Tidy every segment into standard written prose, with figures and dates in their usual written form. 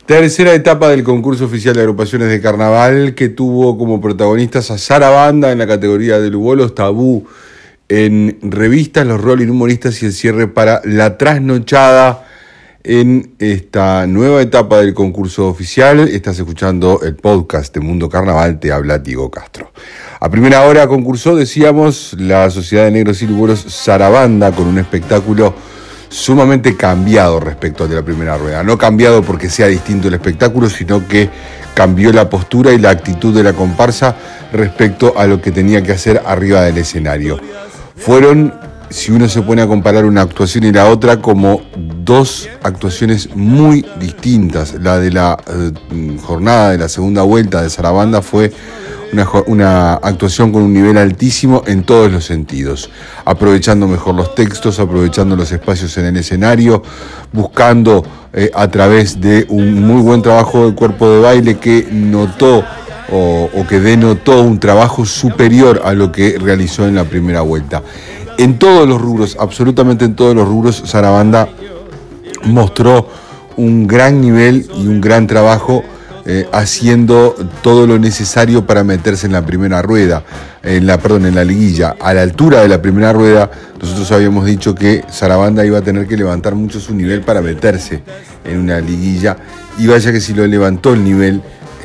Tercera etapa del concurso oficial de agrupaciones de carnaval, que tuvo como protagonistas a Sarabanda en la categoría de Lugolos, Tabú en revistas, los Rolling humoristas y el cierre para La Trasnochada en esta nueva etapa del concurso oficial. Estás escuchando el podcast de Mundo Carnaval, te habla Diego Castro. A primera hora concursó, decíamos, la Sociedad de Negros y Lugolos Sarabanda con un espectáculo sumamente cambiado respecto al de la primera rueda. No cambiado porque sea distinto el espectáculo, sino que cambió la postura y la actitud de la comparsa respecto a lo que tenía que hacer arriba del escenario. Fueron, si uno se pone a comparar una actuación y la otra, como dos actuaciones muy distintas. La de la jornada de la segunda vuelta de Sarabanda fue una actuación con un nivel altísimo en todos los sentidos, aprovechando mejor los textos, aprovechando los espacios en el escenario, buscando a través de un muy buen trabajo de cuerpo de baile que notó o que denotó un trabajo superior a lo que realizó en la primera vuelta. En todos los rubros, absolutamente en todos los rubros, Sarabanda mostró un gran nivel y un gran trabajo, haciendo todo lo necesario para meterse en la primera rueda, en la liguilla. A la altura de la primera rueda, nosotros habíamos dicho que Sarabanda iba a tener que levantar mucho su nivel para meterse en una liguilla, y vaya que si lo levantó el nivel,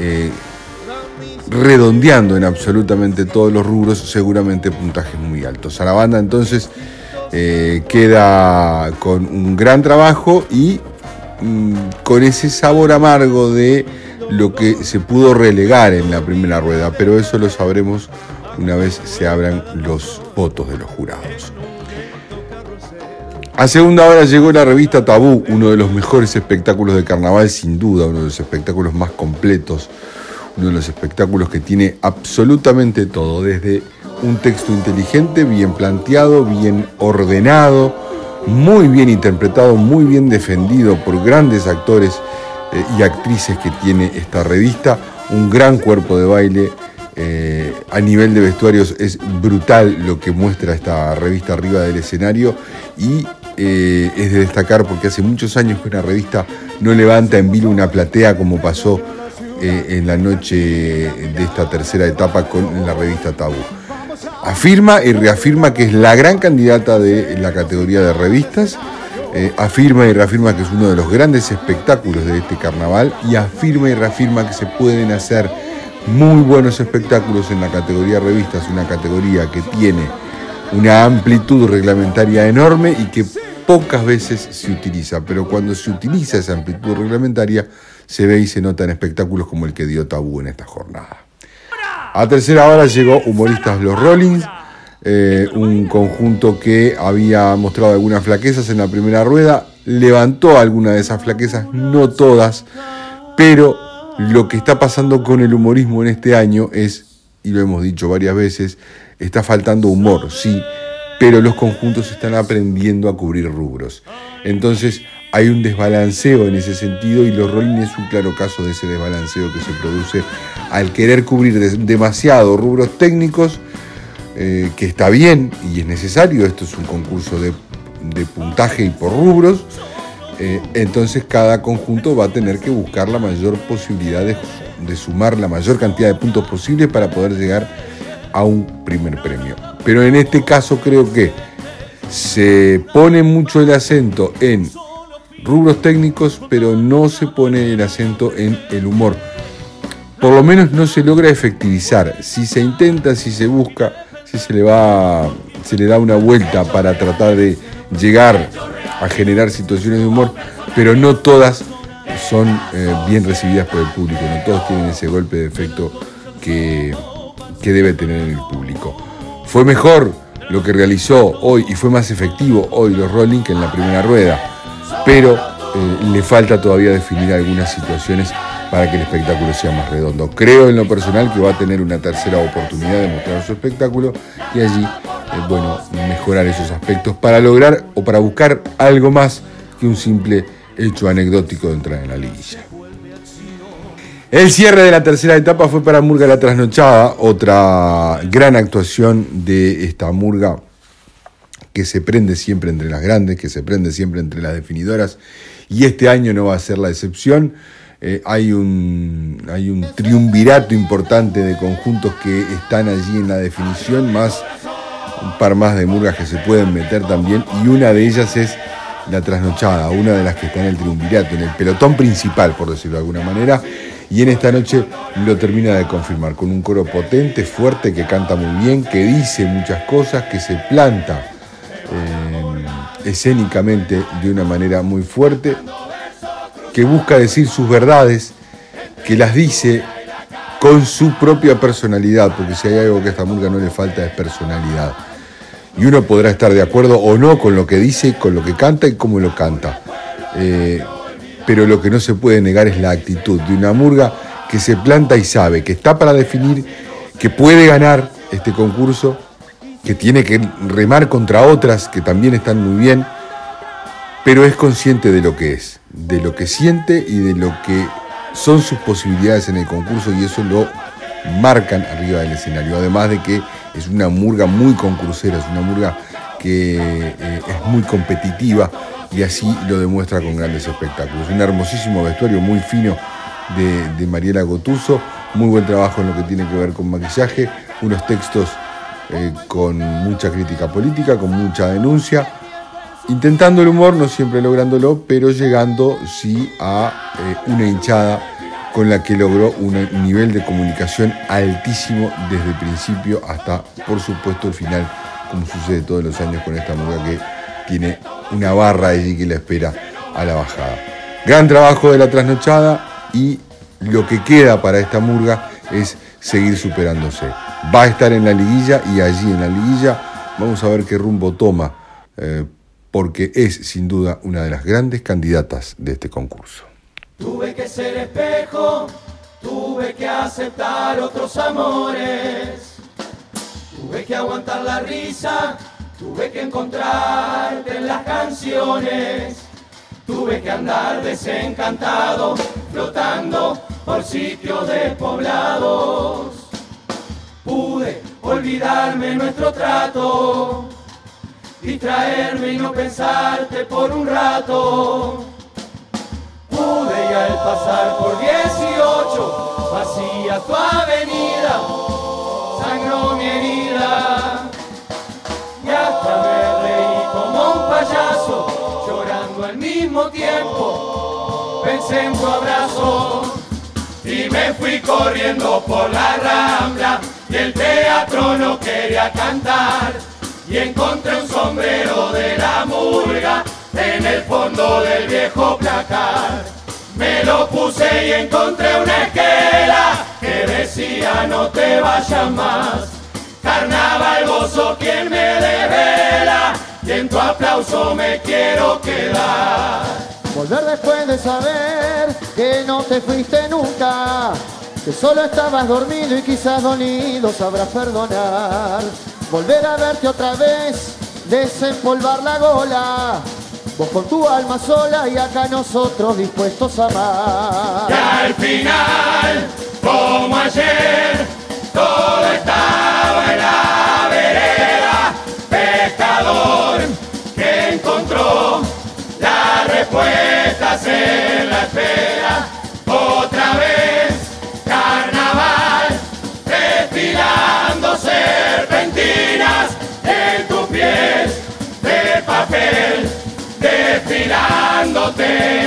redondeando en absolutamente todos los rubros, seguramente puntajes muy altos. Sarabanda entonces queda con un gran trabajo y con ese sabor amargo de lo que se pudo relegar en la primera rueda, pero eso lo sabremos una vez se abran los votos de los jurados. A segunda hora llegó la revista Tabú, uno de los mejores espectáculos de carnaval, sin duda, uno de los espectáculos más completos, uno de los espectáculos que tiene absolutamente todo, desde un texto inteligente, bien planteado, bien ordenado, muy bien interpretado, muy bien defendido por grandes actores y actrices que tiene esta revista, un gran cuerpo de baile. A nivel de vestuarios es brutal lo que muestra esta revista arriba del escenario, y es de destacar porque hace muchos años que una revista no levanta en vilo una platea como pasó en la noche de esta tercera etapa con la revista Tabú. Afirma y reafirma que es la gran candidata de la categoría de revistas, afirma y reafirma que es uno de los grandes espectáculos de este carnaval, y afirma y reafirma que se pueden hacer muy buenos espectáculos en la categoría revistas, una categoría que tiene una amplitud reglamentaria enorme y que pocas veces se utiliza, pero cuando se utiliza esa amplitud reglamentaria se ve y se nota en espectáculos como el que dio Tabú en esta jornada. A tercera hora llegó Humoristas Los Rollins, un conjunto que había mostrado algunas flaquezas en la primera rueda, levantó algunas de esas flaquezas, no todas, pero lo que está pasando con el humorismo en este año es, y lo hemos dicho varias veces, está faltando humor, sí, pero los conjuntos están aprendiendo a cubrir rubros. Entonces hay un desbalanceo en ese sentido, y Los Rollins es un claro caso de ese desbalanceo que se produce al querer cubrir demasiado rubros técnicos, que está bien y es necesario. Esto es un concurso de puntaje y por rubros. Entonces cada conjunto va a tener que buscar la mayor posibilidad de sumar la mayor cantidad de puntos posibles para poder llegar a un primer premio. Pero en este caso creo que se pone mucho el acento en rubros técnicos, pero no se pone el acento en el humor. Por lo menos no se logra efectivizar. Si se intenta, si se busca, si se le da una vuelta para tratar de llegar a generar situaciones de humor, pero no todas son bien recibidas por el público, no todos tienen ese golpe de efecto que debe tener en el público. Fue mejor lo que realizó hoy y fue más efectivo hoy Los Rolling que en la primera rueda, pero le falta todavía definir algunas situaciones para que el espectáculo sea más redondo. Creo en lo personal que va a tener una tercera oportunidad de mostrar su espectáculo y allí, mejorar esos aspectos para lograr o para buscar algo más que un simple hecho anecdótico de entrar en la liguilla. El cierre de la tercera etapa fue para Murga La Trasnochada, otra gran actuación de esta Murga que se prende siempre entre las grandes, que se prende siempre entre las definidoras y este año no va a ser la excepción. Hay un triunvirato importante de conjuntos que están allí en la definición, más un par más de murgas que se pueden meter también, y una de ellas es La Trasnochada, una de las que está en el triunvirato, en el pelotón principal, por decirlo de alguna manera, y en esta noche lo termina de confirmar, con un coro potente, fuerte, que canta muy bien, que dice muchas cosas, que se planta escénicamente de una manera muy fuerte, que busca decir sus verdades, que las dice con su propia personalidad, porque si hay algo que a esta murga no le falta es personalidad. Y uno podrá estar de acuerdo o no con lo que dice, con lo que canta y cómo lo canta. Pero lo que no se puede negar es la actitud de una murga que se planta y sabe que está para definir, que puede ganar este concurso, que tiene que remar contra otras que también están muy bien, pero es consciente de lo que es, de lo que siente y de lo que son sus posibilidades en el concurso, y eso lo marcan arriba del escenario. Además de que es una murga muy concursera, es una murga que es muy competitiva, y así lo demuestra con grandes espectáculos. Un hermosísimo vestuario muy fino de Mariela Gottuso, muy buen trabajo en lo que tiene que ver con maquillaje, unos textos con mucha crítica política, con mucha denuncia, intentando el humor, no siempre lográndolo, pero llegando sí a una hinchada con la que logró un nivel de comunicación altísimo desde el principio hasta, por supuesto, el final, como sucede todos los años con esta murga que tiene una barra allí que la espera a la bajada. Gran trabajo de La Trasnochada, y lo que queda para esta murga es seguir superándose. Va a estar en la liguilla, y allí en la liguilla vamos a ver qué rumbo toma, porque es sin duda una de las grandes candidatas de este concurso. Tuve que ser espejo, tuve que aceptar otros amores, tuve que aguantar la risa, tuve que encontrarte en las canciones, tuve que andar desencantado, flotando por sitios despoblados. Pude olvidarme nuestro trato, distraerme y no pensarte por un rato. Pude y al pasar por 18, vacía tu avenida, sangró mi herida. Y hasta me reí como un payaso, llorando al mismo tiempo, pensé en tu abrazo. Y me fui corriendo por la Rambla, y el teatro no quería cantar. Y encontré un sombrero de la murga en el fondo del viejo placar. Me lo puse y encontré una esquela que decía no te vayas más. Carnaval, vos sos quien me devela, y en tu aplauso me quiero quedar. Volver después de saber que no te fuiste nunca, que solo estabas dormido y quizás dolido sabrás perdonar. Volver a verte otra vez, desempolvar la gola, vos con tu alma sola y acá nosotros dispuestos a amar. Y al final, como ayer, todo estaba en la vereda. Pescador que encontró las respuestas en la espera. Otra vez, carnaval, desfilando serpentinas en tus pies de papel. Desfilando te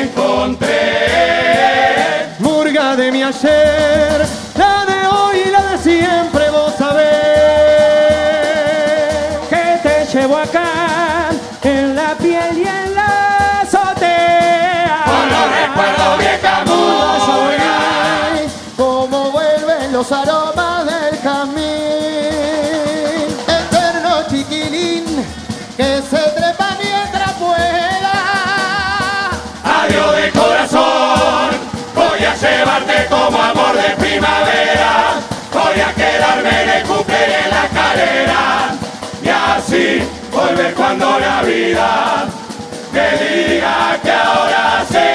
encontré. Murga de mi ayer, la de hoy y la de siempre, vos sabés que te llevo acá en la piel y en la azotea. Con los recuerdos vieja murga, como vuelven los aromas del jazmín. Eterno chiquilín que se trepa mientras vuela. adiós de corazón, voy a llevarte como amor de primavera. Voy a quedarme en el cumple y en la escalera, y así volver cuando la vida me diga que ahora sé.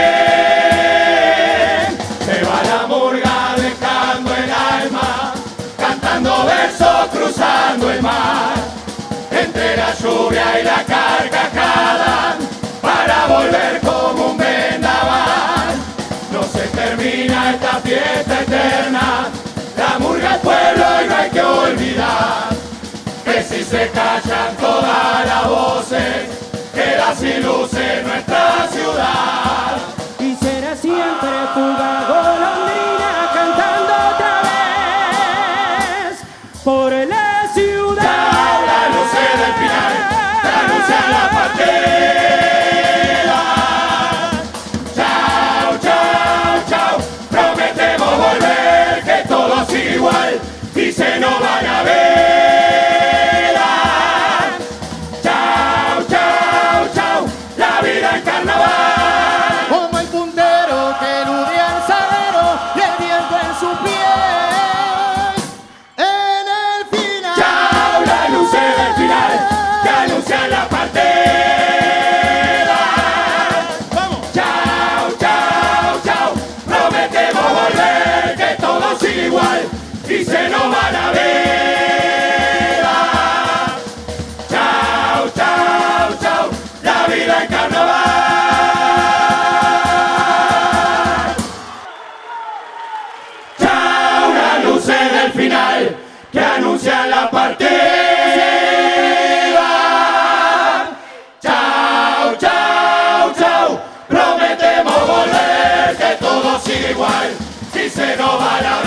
Se va la murga dejando el alma, cantando versos cruzando el mar, entre la lluvia y la carcajada, para volver como un bebé. termina esta fiesta eterna. La murga es pueblo y no hay que olvidar que si se callan todas las voces, queda sin luz en nuestra ciudad. Y será siempre fuga golondrina cantando otra vez por la ciudad. Chao, las luces del final que anuncian la partida. Chao, chao, chao, prometemos volver, que todo sigue igual y se nos van a ver. Chao, chao, chao, la vida en carnaval. Como el puntero que elude al salero y el viento en sus pies. En el final. Chao, las luces del final que anuncian la partida. Chao, chao, chao, prometemos volver, que todo sigue igual y se nos va la vida. Chao, chao, chao, la vida en carnaval. Chao, las luces del final que anuncian la partida. Chao, chao, chao, prometemos volver, que todo sigue igual y se nos va la